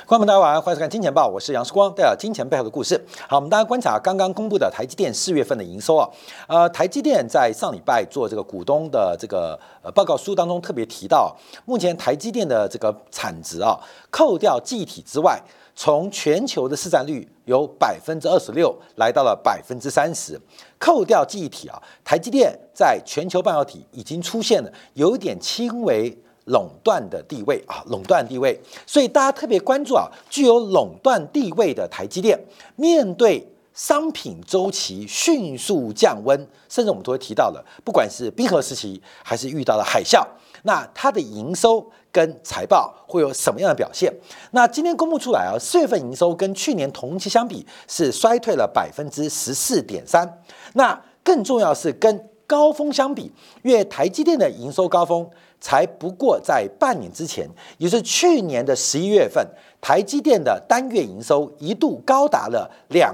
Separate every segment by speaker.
Speaker 1: 观众朋友大家晚上欢迎收看《金钱报》，我是杨世光，带来金钱背后的故事。好，我们大家观察刚刚公布的台积电4月份的营收啊，台积电在上礼拜做这个股东的这个报告书当中特别提到，目前台积电的这个产值啊，扣掉记忆体之外，从全球的市占率由26%来到了30%，扣掉记忆体啊，台积电在全球半导体已经出现了有一点轻微垄断的地位啊，垄断地位，所以大家特别关注啊，具有垄断地位的台积电，面对商品周期迅速降温，甚至我们都会提到了，不管是冰河时期还是遇到了海啸，那它的营收跟财报会有什么样的表现？那今天公布出来啊，4月份营收跟去年同期相比是衰退了14.3%，那更重要是跟高峰相比，因为台积电的营收高峰才不过在半年之前，也就是去年的11月份，台积电的单月营收一度高达了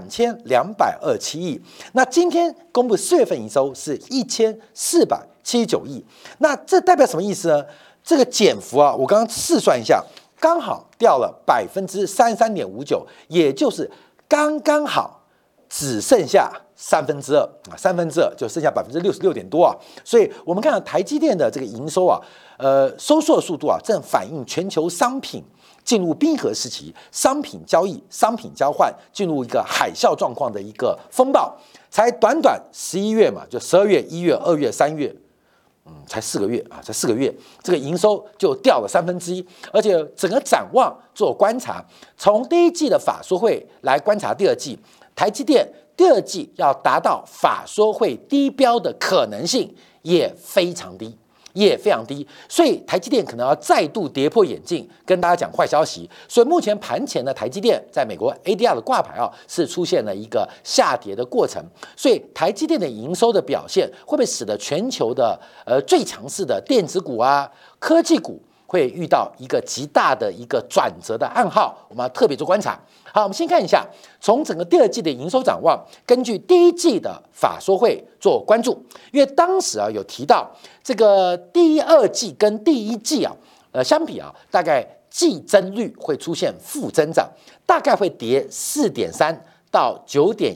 Speaker 1: 2227亿。那今天公布4月份营收是1479亿，那这代表什么意思呢？这个减幅啊，我刚刚试算一下，刚好掉了33.59%，也就是刚刚好。只剩下2/3啊，2/3就剩下66%点多啊，所以我们看到台积电的这个营收啊，收缩的速度啊，正反映全球商品进入冰河时期，商品交易、商品交换进入一个海啸状况的一个风暴，才短短11月嘛，就12月、1月、2月、3月。才4个月啊，才4个月，这个营收就掉了1/3，而且整个展望做观察，从第一季的法说会来观察第二季，台积电第二季要达到法说会低标的可能性也非常低。也非常低，所以台积电可能要再度跌破眼镜，跟大家讲坏消息。所以目前盘前的台积电在美国 ADR 的挂牌啊，是出现了一个下跌的过程。所以台积电的营收的表现，会不会使得全球的最强势的电子股啊、科技股会遇到一个极大的一个转折的暗号？我们要特别做观察。好，我们先看一下，从整个第二季的营收展望，根据第一季的法说会做关注，因为当时啊有提到这个第二季跟第一季啊，相比啊，大概季增率会出现负增长，大概会跌4.3%到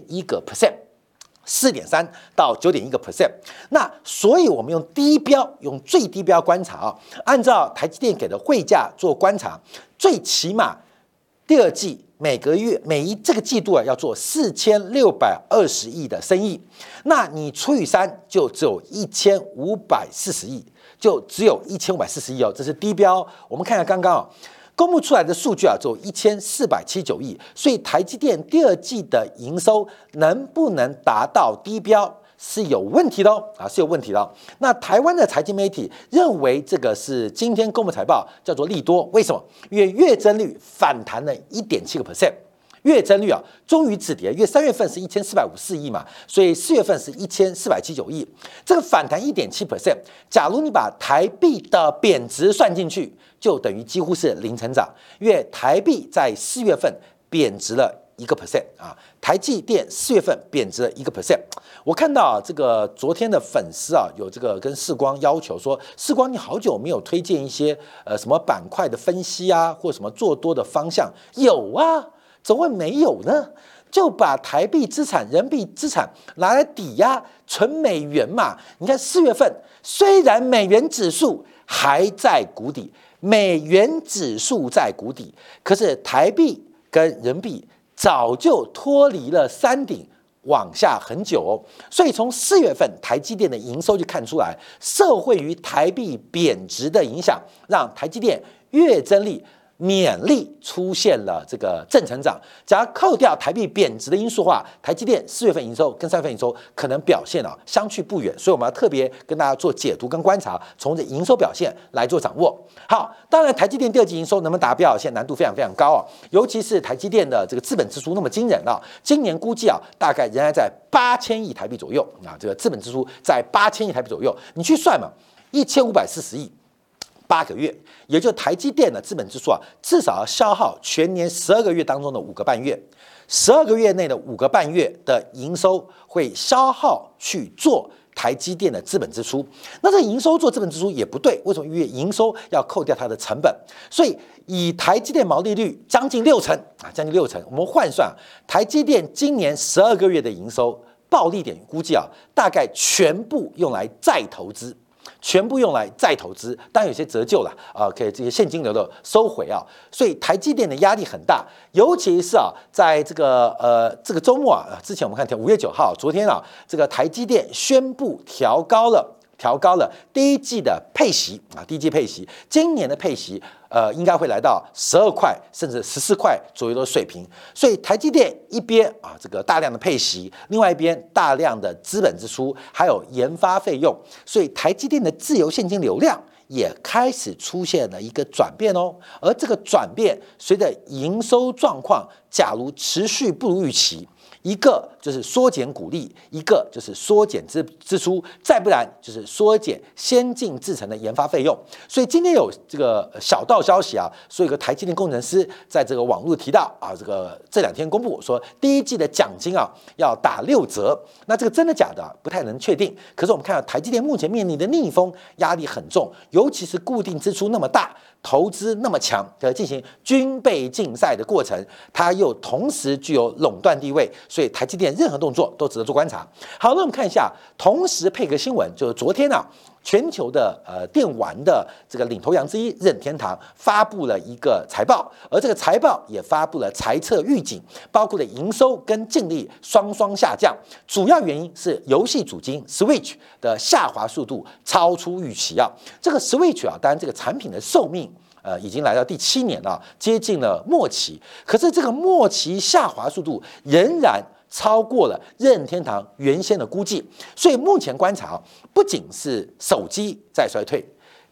Speaker 1: 9.1%。4.3%到9.1%，那所以我们用低标，用最低标观察啊，按照台积电给的汇价做观察，最起码第二季每个月这个季度啊要做4620亿的生意，那你除以3就只有1540亿，就只有1540亿哦，这是低标。我们看一下刚刚啊。公布出来的数据啊，只有1479亿，所以台积电第二季的营收能不能达到低标是有问题的哦，是有问题的哦。那台湾的财经媒体认为这个是今天公布财报叫做利多，为什么？因为月增率反弹了1.7%。月增率啊，终于止跌，因为3月份是1454亿嘛，所以4月份是1479亿，这个反弹1.7%。假如你把台币的贬值算进去，就等于几乎是零成长，因为台币在4月份贬值了1%啊，台积电4月份贬值了1%。我看到啊，这个昨天的粉丝啊，有这个跟世光要求说，世光你好久没有推荐一些什么板块的分析啊，或什么做多的方向，有啊。怎么会没有呢？就把台币资产、人民币资产拿来抵押存美元嘛。你看4月份，虽然美元指数还在谷底，可是台币跟人民币早就脱离了山顶，往下很久哦。所以从4月份台积电的营收就看出来，受惠于台币贬值的影响，让台积电月增率勉力出现了这个正成长，只要扣掉台币贬值的因素的话，台积电4月份营收跟3月份营收可能表现相去不远，所以我们要特别跟大家做解读跟观察，从这营收表现来做掌握。好，当然台积电第二季营收能不能达标，现在难度非常非常高尤其是台积电的这个资本支出那么惊人今年估计大概仍然在8000亿台币左右这个资本支出在8000亿台币左右，你去算嘛，1540亿。8个月，也就台积电的资本支出至少要消耗全年12个月当中的5个半月，12个月内的5个半月的营收会消耗去做台积电的资本支出。那这营收做资本支出也不对，为什么？因为营收要扣掉它的成本，所以以台积电毛利率将近60%啊，将近60%，我们换算台积电今年12个月的营收暴利点估计啊，大概全部用来再投资。全部用来再投资，当然有些折旧了啊，可以这些现金流的收回啊，所以台积电的压力很大，尤其是在这个周末之前我们看5月9号，昨天这个台积电宣布调高了第一季的配息啊，第一季配息，今年的配息应该会来到12块甚至14块左右的水平，所以台积电一边这个大量的配息，另外一边大量的资本支出，还有研发费用，所以台积电的自由现金流量也开始出现了一个转变哦，而这个转变随着营收状况假如持续不如预期。一个就是缩减股利，一个就是缩减支出，再不然就是缩减先进制程的研发费用。所以今天有这个小道消息说有个台积电工程师在这个网络提到这2天公布说第一季的奖金要打6折，那这个真的假的不太能确定。可是我们看到台积电目前面临的逆风压力很重，尤其是固定支出那么大，投资那么强，进行军备竞赛的过程，它又同时具有垄断地位。所以台积电任何动作都值得做观察。好，那我们看一下，同时配个新闻，就是昨天全球的电玩的这个领头羊之一任天堂发布了一个财报，而这个财报也发布了财测预警，包括了营收跟净利双下降，主要原因是游戏主机 Switch 的下滑速度超出预期这个 Switch 当然这个产品的寿命已经来到第7年了，接近了末期，可是这个末期下滑速度仍然超过了任天堂原先的估计，所以目前观察不仅是手机在衰退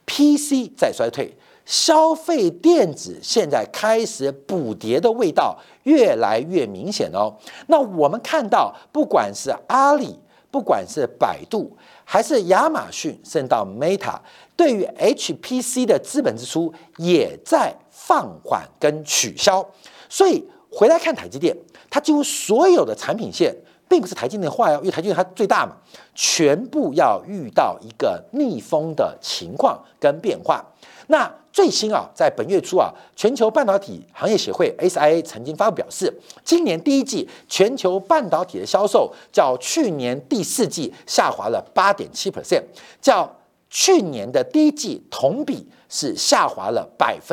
Speaker 1: ，PC 在衰退，消费电子现在开始补跌的味道越来越明显哦。那我们看到，不管是阿里，不管是百度，还是亚马逊，甚至到 Meta， 对于 HPC 的资本支出也在放缓跟取消，所以回来看台积电，它几乎所有的产品线，并不是台积电坏因为台积电它最大嘛，全部要遇到一个逆风的情况跟变化。那最新在本月初全球半导体行业协会 SIA 曾经发布表示，今年第一季全球半导体的销售较去年第4季下滑了 8.7%， 较去年的第一季同比是下滑了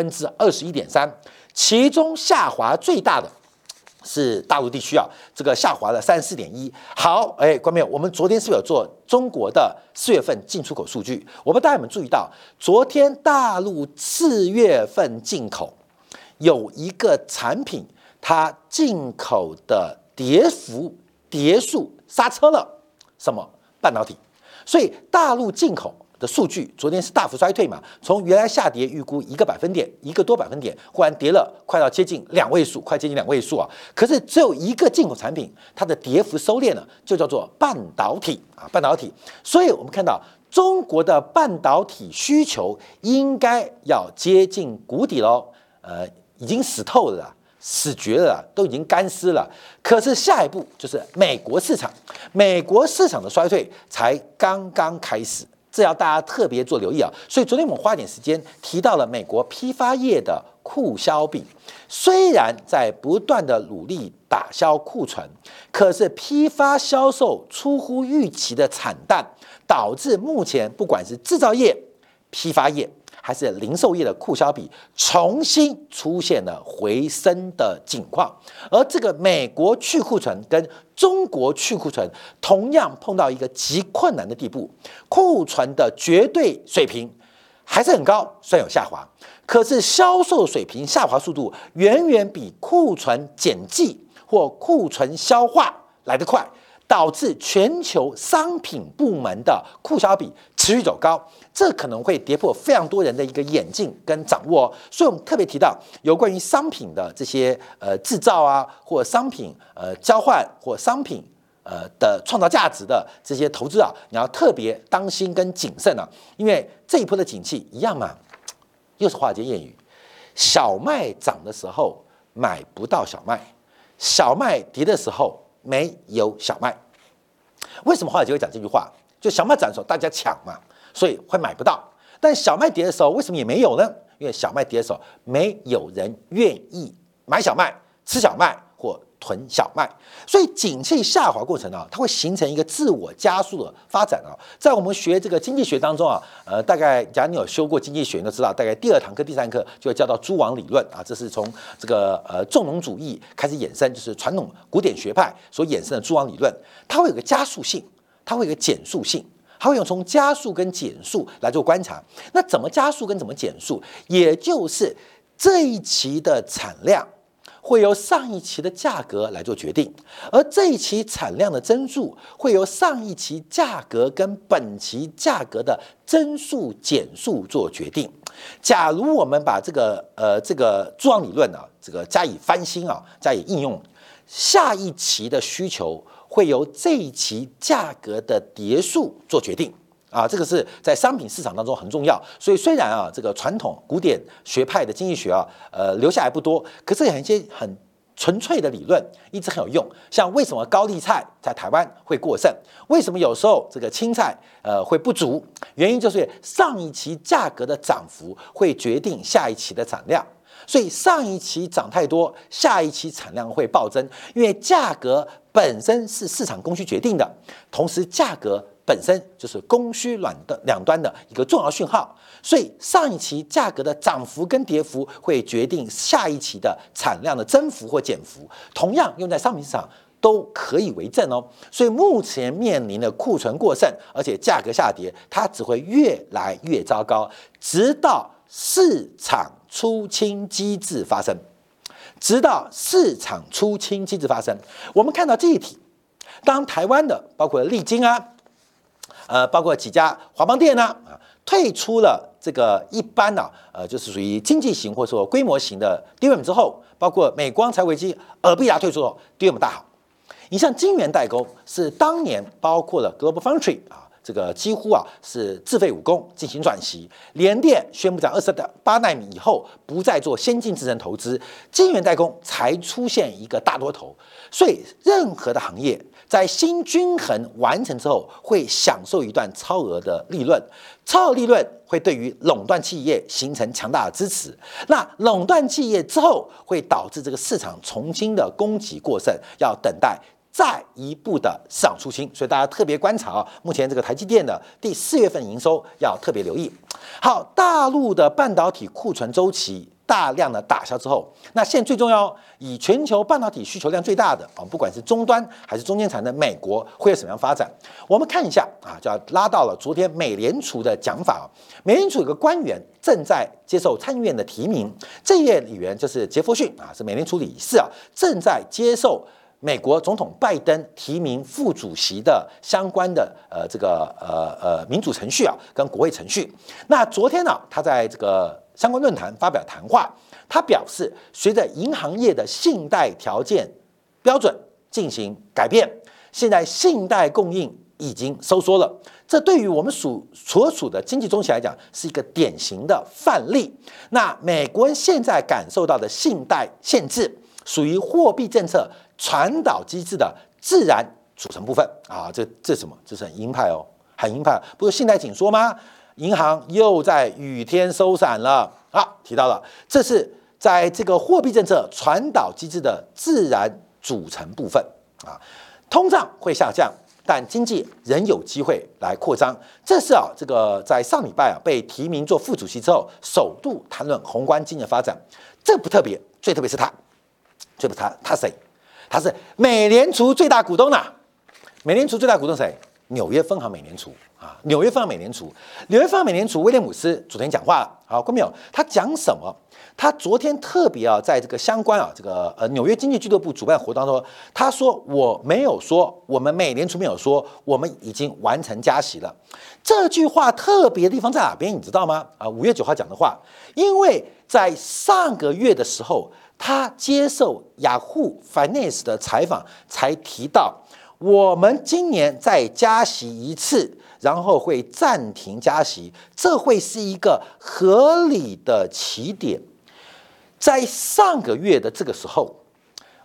Speaker 1: 21.3%， 其中下滑最大的是大陆地区这个下滑了34.1%。好，观众朋友，我们昨天是不是有做中国的4月份进出口数据？我不知道大家有没有注意到，昨天大陆4月份进口有一个产品，它进口的跌速刹车了，什么？半导体。所以大陆进口的数据昨天是大幅衰退嘛，从原来下跌预估1个百分点，1个多百分点，忽然跌了快到接近2位数，快接近2位数可是只有一个进口产品，它的跌幅收敛了，就叫做半导体半导体。所以我们看到中国的半导体需求应该要接近谷底喽，已经死透了啦。死绝了，都已经干尸了。可是下一步就是美国市场，美国市场的衰退才刚刚开始，这要大家特别做留意所以昨天我们花点时间提到了美国批发业的库销比，虽然在不断的努力打消库存，可是批发销售出乎预期的惨淡，导致目前不管是制造业、批发业还是零售业的库销比重新出现了回升的景况，而这个美国去库存跟中国去库存同样碰到一个极困难的地步，库存的绝对水平还是很高，虽然有下滑，可是销售水平下滑速度远远比库存减记或库存消化来得快，导致全球商品部门的库销比持续走高，这可能会跌破非常多人的一个眼镜跟掌握所以我们特别提到有关于商品的这些制造或商品交换或商品的创造价值的这些投资你要特别当心跟谨慎因为这一波的景气一样嘛，又是华尔街谚语，小麦涨的时候买不到小麦，小麦跌的时候没有小麦。为什么华尔街会讲这句话？ 就小麦涨的时候大家抢嘛，所以会买不到。但小麦跌的时候为什么也没有呢？因为小麦跌的时候没有人愿意买小麦、吃小麦或囤小麦，所以景气下滑过程啊，它会形成一个自我加速的发展啊。在我们学这个经济学当中啊，大概假如你有修过经济学，你都知道，大概第2堂课、第3课就会教到蛛网理论啊，这是从这个重农主义开始衍生，就是传统古典学派所衍生的蛛网理论，它会有个加速性，它会有个减速性。它会用从加速跟减速来做观察，那怎么加速跟怎么减速，也就是这一期的产量会由上一期的价格来做决定，而这一期产量的增速会由上一期价格跟本期价格的增速减速做决定。假如我们把这个蛛网理论啊，这个加以翻新啊，加以应用，下一期的需求会由这一期价格的跌数做决定啊，这个是在商品市场当中很重要。所以虽然啊，这个传统古典学派的经济学啊，留下来不多，可是有一些很纯粹的理论一直很有用。像为什么高丽菜在台湾会过剩？为什么有时候这个青菜会不足？原因就是上一期价格的涨幅会决定下一期的产量。所以上一期涨太多，下一期产量会暴增，因为价格本身是市场供需决定的，同时价格本身就是供需两端的一个重要讯号。所以上一期价格的涨幅跟跌幅会决定下一期的产量的增幅或减幅，同样用在商品市场都可以为证哦。所以目前面临的库存过剩，而且价格下跌，它只会越来越糟糕，直到市场出清机制发生，直到市场出清机制发生。我们看到这一题，当台湾的包括力晶啊，包括几家华邦电啊，退出了这个一般呢，就是属于经济型或者说规模型的 DRAM 之后，包括美光财危机、尔必达退出后 ，DRAM 大好。你像晶圆代工是当年包括了 Global Foundry 啊。这个几乎啊是自废武功进行转型，联电宣布在28奈米以后不再做先进制程投资，晶圆代工才出现一个大多头。所以任何的行业在新均衡完成之后，会享受一段超额的利润，超额利润会对于垄断企业形成强大的支持。那垄断企业之后，会导致这个市场重新的供给过剩，要等待再一步的市场出清，所以大家特别观察啊，目前这个台积电的第4月份营收要特别留意。好，大陆的半导体库存周期大量的打消之后，那现在最重要，以全球半导体需求量最大的啊，不管是终端还是中间产的美国会有什么样发展？我们看一下啊，就要拉到了昨天美联储的讲法啊，美联储有个官员正在接受参议院的提名，这一位议员就是杰弗逊啊，是美联储理事啊，正在接受美国总统拜登提名副主席的相关的民主程序啊，跟国会程序。那昨天呢，他在这个相关论坛发表谈话，他表示，随着银行业的信贷条件标准进行改变，现在信贷供应已经收缩了。这对于我们所属的经济中心来讲，是一个典型的范例。那美国人现在感受到的信贷限制，属于货币政策传导机制的自然组成部分啊，这什么？这是很鹰派哦，很鹰派。不是信贷紧缩吗？银行又在雨天收伞了啊！提到了，这是在这个货币政策传导机制的自然组成部分啊。通胀会下降，但经济仍有机会来扩张。这是啊，这个在上礼拜啊被提名做副主席之后，首度谈论宏观经济的发展。这不特别，最特别是他。最不他谁？他是美联储最大股东呐。美联储最大股东谁？纽约分行美联储啊，纽约分行美联储威廉姆斯昨天讲话了，好，看没有？他讲什么？他昨天特别啊，在这个相关啊这个纽约经济俱乐部主办活动当中，他说我没有说，我们美联储没有说，我们已经完成加息了。这句话特别的地方在哪边？你知道吗？啊，5月9号讲的话，因为在上个月的时候，他接受雅虎 Finance 的采访，才提到我们今年再加息一次，然后会暂停加息，这会是一个合理的起点。在上个月的这个时候，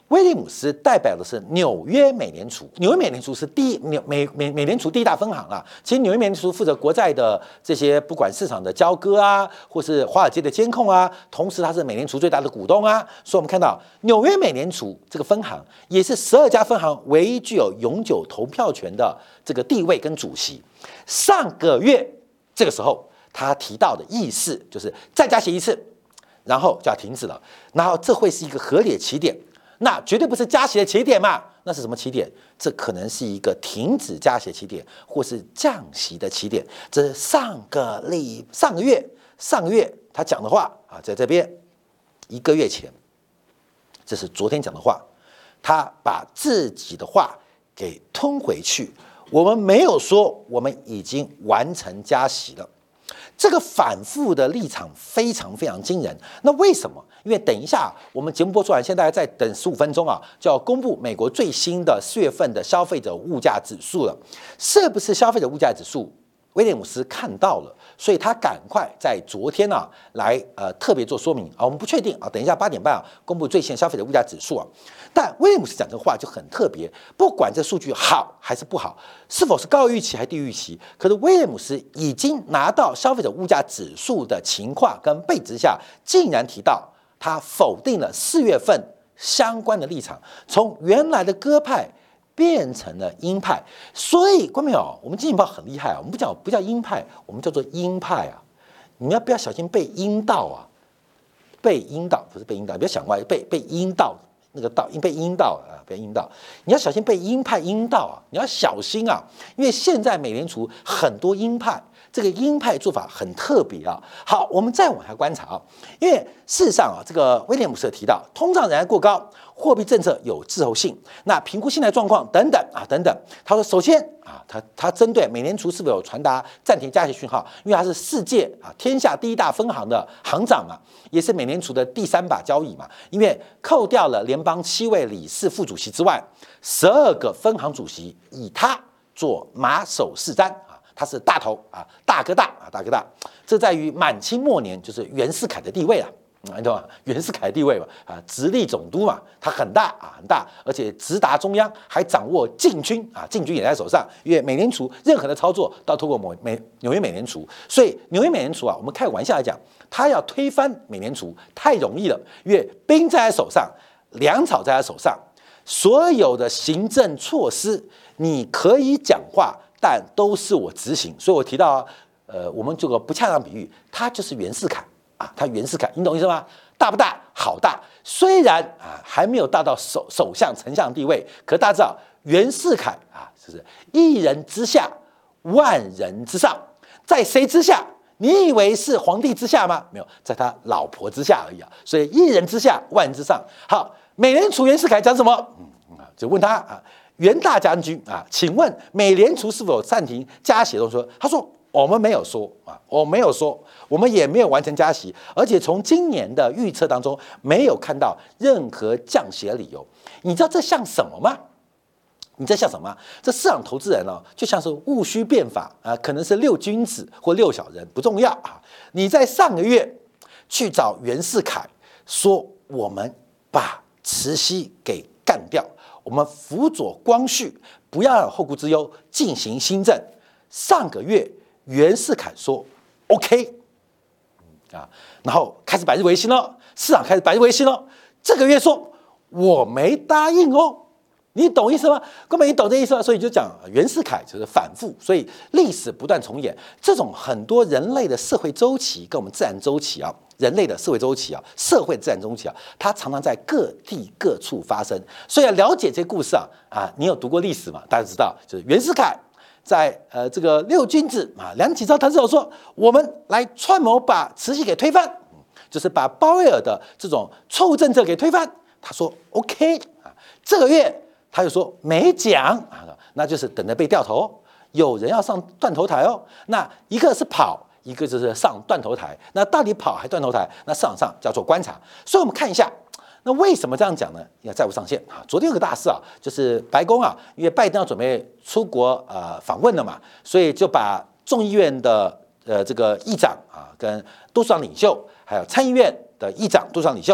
Speaker 1: 威廉姆斯代表的是纽约美联储，纽约美联储是美联储第一大分行啊。其实纽约美联储负责国债的这些不管市场的交割啊，或是华尔街的监控啊，同时它是美联储最大的股东啊。所以我们看到纽约美联储这个分行也是12家分行唯一具有永久投票权的这个地位跟主席。上个月这个时候他提到的意思就是再加息一次，然后就要停止了，然后这会是一个合理的起点。那绝对不是加息的起点嘛？那是什么起点？这可能是一个停止加息的起点，或是降息的起点。这是上个月他讲的话啊，在这边1个月前，这是昨天讲的话，他把自己的话给吞回去。我们没有说我们已经完成加息了。这个反复的立场非常非常惊人。那为什么？因为等一下我们节目播出完，现在大家再等15分钟啊，就要公布美国最新的4月份的消费者物价指数了。是不是消费者物价指数？威廉姆斯看到了，所以他赶快在昨天啊来特别做说明啊。我们不确定啊，等一下8点半啊公布最新的消费者物价指数啊。但威廉姆斯讲这话就很特别，不管这数据好还是不好，是否是高于预期还是低于预期，可是威廉姆斯已经拿到消费者物价指数的情况跟背景下，竟然提到他否定了4月份相关的立场，从原来的鸽派变成了鹰派。所以观众朋友，我们经济报很厉害啊，我们不叫鹰派，我们叫做鹰派啊。你们不要小心被阴道啊，被阴道不是被阴道，不要想歪，被阴道。那个道被阴道啊，被阴道，你要小心被鹰派阴道啊！你要小心啊，因为现在美联储很多鹰派，这个鹰派做法很特别啊。好，我们再往下观察啊，因为事实上啊，这个威廉姆斯提到，通胀仍然过高，货币政策有滞后性，那评估现在状况等等啊等等。他说，首先啊，他针对美联储是否有传达暂停加息讯号，因为他是世界啊天下第一大分行的行长嘛，也是美联储的第3把交椅嘛。因为扣掉了联邦7位理事副主席之外，12个分行主席以他做马首是瞻啊，他是大头啊，大哥大啊，大哥大。这在于满清末年就是袁世凯的地位啊。你懂吗？袁世凯的地位嘛，啊，直隶总督嘛，他很大啊，很大，而且直达中央，还掌握禁军啊，禁军也在手上。因为美联储任何的操作都要透过纽约美联储，所以纽约美联储啊，我们开玩笑来讲，他要推翻美联储太容易了，因为兵在他手上，粮草在他手上，所有的行政措施你可以讲话，但都是我执行。所以我提到我们这个不恰当比喻，他就是袁世凯。啊，他袁世凯，你懂意思吗？大不大？好大。虽然啊还没有大到首相、丞相地位，可大家知道袁世凯啊，就是一人之下，万人之上。在谁之下？你以为是皇帝之下吗？没有，在他老婆之下而已啊。所以一人之下，万人之上。好，美联储袁世凯讲什么？就问他啊，袁大将军啊，请问美联储是否暂停加息的动作？他说。我们没有说啊，我没有说，我们也没有完成加息，而且从今年的预测当中没有看到任何降息的理由。你知道这像什么吗？你这像什么？这市场投资人哦，就像是戊戌变法啊，可能是6君子或6小人，不重要啊。你在上个月去找袁世凯说，我们把慈禧给干掉，我们辅佐光绪，不要有后顾之忧，进行新政。上个月。袁世凯说 OK 啊，然后开始百日维新了，市场开始百日维新了。这个月说我没答应哦，你懂意思吗？根本你懂这意思吗？所以就讲袁世凯就是反复，所以历史不断重演。这种很多人类的社会周期跟我们自然周期啊，人类的社会周期啊，社会自然周期啊，它常常在各地各处发生。所以要了解这些故事啊，你有读过历史嘛？大家知道，就是袁世凯。在这个6君子啊，梁启超、谭嗣同说，我们来串谋把慈禧给推翻，就是把鲍威尔的这种错误政策给推翻。他说 OK 啊，这个月他就说没讲啊，那就是等着被掉头，有人要上断头台哦。那一个是跑，一个就是上断头台。那到底跑还断头台？那市场上叫做观察。所以我们看一下。那为什么这样讲呢？因为债务上限啊，昨天有个大事啊，就是白宫啊，因为拜登要准备出国访问了嘛，所以就把众议院的这个议长啊，跟多数党领袖，还有参议院的议长、多数党领袖，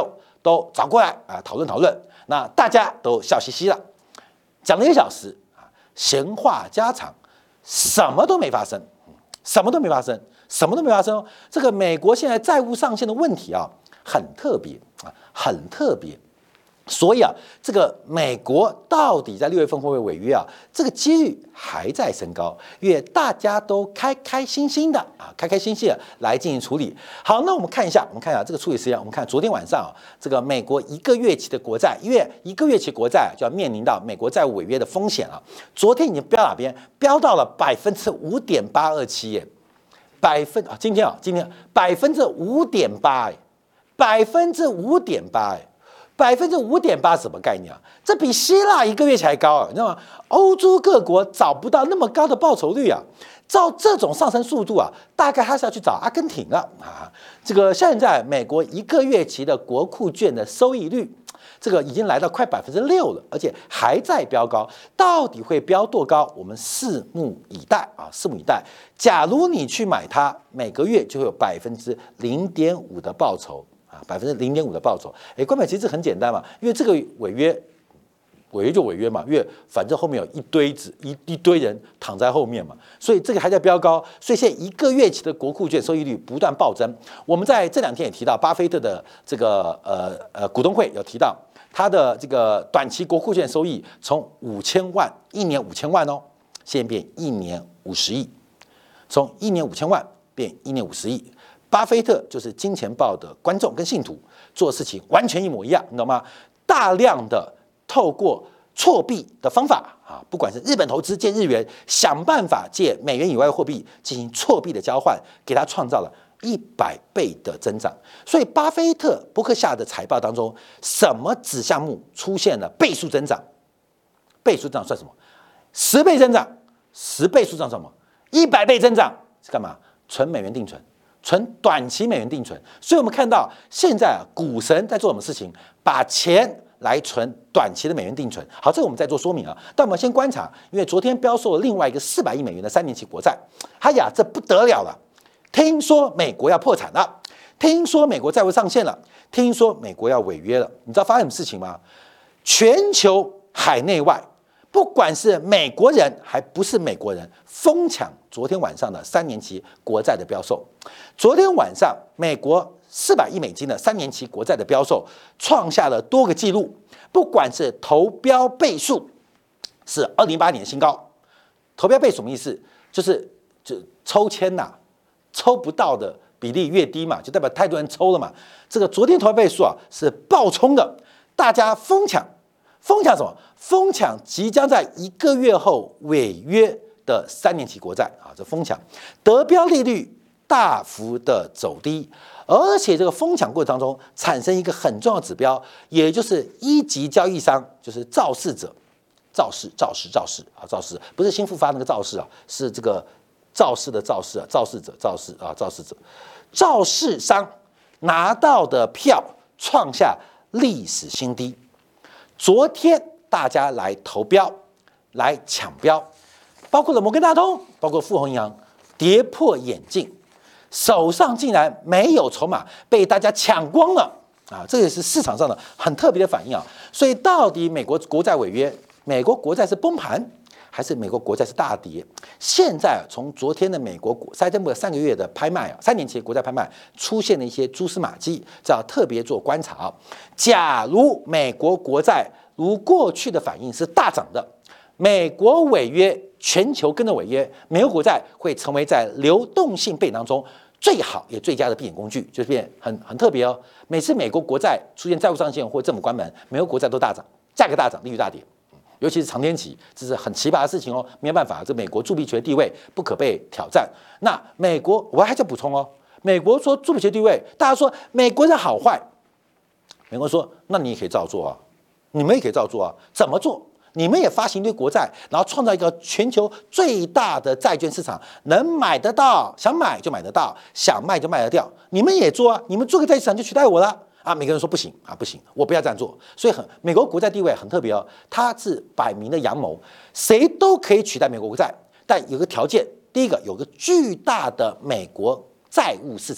Speaker 1: 都找过来啊讨论，那大家都笑嘻嘻了，讲了1个小时啊，闲话家常，什么都没发生，什么都没发生，什么都没发生。这个美国现在债务上限的问题啊，很特别啊，很特别。所以啊，这个美国到底在6月份会不会违约啊？这个几率还在升高，因为大家都开开心心的来进行处理。好，那我们看一下这个处理时间。我们看昨天晚上啊，这个美国1个月期的国债，因为1个月期国债就要面临到美国债务违约的风险啊。昨天已经飙哪边？飙到了5.827%耶，今天5.8%，5.8%哎。5.8%什么概念啊？这比希腊1个月期还高啊！你知道吗？欧洲各国找不到那么高的报酬率啊！照这种上升速度啊，大概还是要去找阿根廷了啊！这个现在美国1个月期的国库券的收益率，这个已经来到快6%了，而且还在飙高。到底会飙多高？我们拭目以待啊！拭目以待。假如你去买它，每个月就会有0.5%的报酬。0.5%的报酬，关键其实很简单嘛，因为这个违约就违约嘛，因为反正后面有一堆人躺在后面嘛，所以这个还在飙高，所以现在1个月期的国库券收益率不断暴增。我们在这2天也提到，巴菲特的这个股东会有提到，他的这个短期国库券收益从5000万1年5000万哦，现在变1年50亿，从1年5000万变1年50亿。巴菲特就是金钱豹的观众跟信徒，做事情完全一模一样，你懂吗？大量的透过错币的方法啊，不管是日本投资借日元，想办法借美元以外的货币进行错币的交换，给他创造了100倍的增长。所以巴菲特伯克夏的财报当中，什么子项目出现了倍数增长？倍数增长算什么？10倍增长，10倍数增长什么？100倍增长是干嘛？纯美元定存。纯短期美元定存，所以我们看到现在股神在做什么事情？把钱来存短期的美元定存。好，这个我们再做说明啊。但我们先观察，因为昨天标售了另外一个400亿美元的3年期国债，哎呀，这不得了了！听说美国要破产了，听说美国债务上限了，听说美国要违约了。你知道发生什么事情吗？全球海内外，不管是美国人还不是美国人，疯抢昨天晚上的3年期国债的标售。昨天晚上，美国400亿美金的3年期国债的标售创下了多个纪录，不管是投标倍数是2008年新高，投标倍数什么意思？就抽签呐，抽不到的比例越低嘛，就代表太多人抽了嘛。这个昨天投标倍数啊是爆冲的，大家疯抢什么？疯抢即将在1个月后违约的3年期国债啊，这疯抢，得标利率大幅的走低，而且这个疯抢过程当中产生一个很重要的指标，也就是1级交易商，就是肇事者，肇事不是新复发那个肇事啊，是这个肇事的肇事啊，肇事商拿到的票创下历史新低。昨天大家来投标，来抢标，包括了摩根大通，包括富宏银行，跌破眼镜。手上竟然没有筹码，被大家抢光了啊！这也是市场上的很特别的反应啊。所以到底美国国债违约，美国国债是崩盘，还是美国国债是大跌？现在从昨天的美国财政部3个月的拍卖啊，3年期国债拍卖出现了一些蛛丝马迹，这要特别做观察啊。假如美国国债如过去的反应是大涨的，美国违约，全球跟着违约，美国国债会成为在流动性背景当中最好也最佳的避险工具，就是变很特别哦。每次美国国债出现债务上限或政府关门，美国国债都大涨，价格大涨，利率大跌，尤其是长天期，这是很奇葩的事情哦。没有办法，这美国铸币权地位不可被挑战。那美国我还在补充哦，美国说铸币权地位，大家说美国人好坏，美国说那你也可以照做啊，你们也可以照做啊，怎么做？你们也发行一堆国债，然后创造一个全球最大的债券市场，能买得到，想买就买得到，想卖就卖得掉。你们也做啊，你们做个债券市场就取代我了啊！每个人说不行啊，不行，我不要这样做。所以美国国债地位很特别哦，它是摆明的阳谋，谁都可以取代美国国债，但有个条件，第一个有个巨大的美国债务市场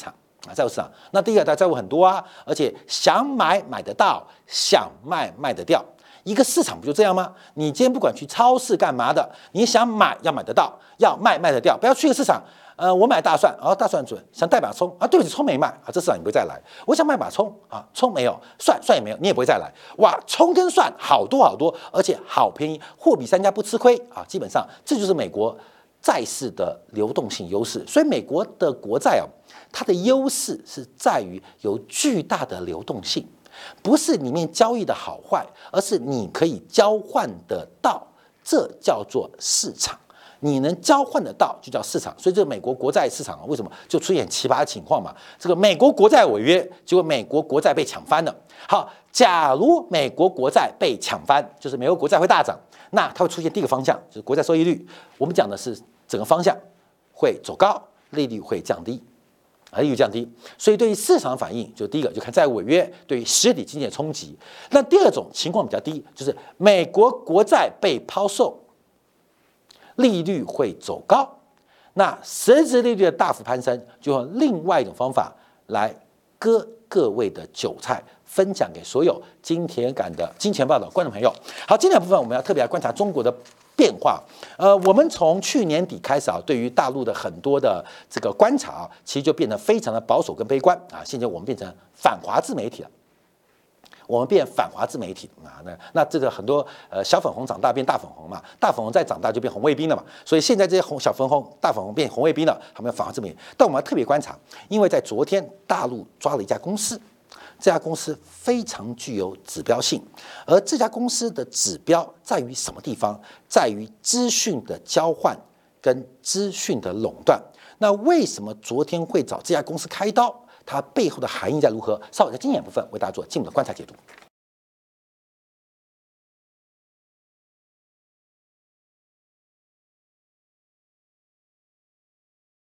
Speaker 1: 债务市场。那第一个，它债务很多啊，而且想买买得到，想卖卖得掉。一个市场不就这样吗？你今天不管去超市干嘛的，你想买要买得到，要卖卖得掉。不要去一个市场，我买大蒜，大蒜准，想带把葱啊，对不起，葱没卖啊，这市场你不会再来。我想买把葱啊，葱没有，蒜也没有，你也不会再来。哇，葱跟蒜好多好多，而且好便宜，货比三家不吃亏啊。基本上这就是美国债市的流动性优势。所以美国的国债它的优势是在于有巨大的流动性。不是里面交易的好坏，而是你可以交换得到，这叫做市场。你能交换得到，就叫市场。所以这个美国国债市场为什么就出现奇葩的情况嘛？这个美国国债违约，结果美国国债被抢翻了。好，假如美国国债被抢翻，就是美国国债会大涨，那它会出现第一个方向，就是国债收益率。我们讲的是整个方向会走高，利率会降低。利率降低，所以对于市场的反应，就第一个就看债务违约对于实体经济的冲击。那第二种情况比较低，就是美国国债被抛售，利率会走高，那实质利率的大幅攀升，就用另外一种方法来割各位的韭菜，分享给所有金钱感的金钱报的观众朋友。好，今天的部分我们要特别来观察中国的变化。我们从去年底开始对于大陆的很多的这个观察其实就变得非常的保守跟悲观啊。现在我们变成反华自媒体了，我们变反华自媒体啊。那这个很多小粉红长大变大粉红嘛，大粉红再长大就变红卫兵了嘛。所以现在这些小粉红、大粉红变红卫兵了，他们反华自媒体。但我们要特别观察，因为在昨天大陆抓了一家公司。这家公司非常具有指标性，而这家公司的指标在于什么地方？在于资讯的交换跟资讯的垄断。那为什么昨天会找这家公司开刀？它背后的含义在如何？稍后在经典部分为大家做进一步的观察解读。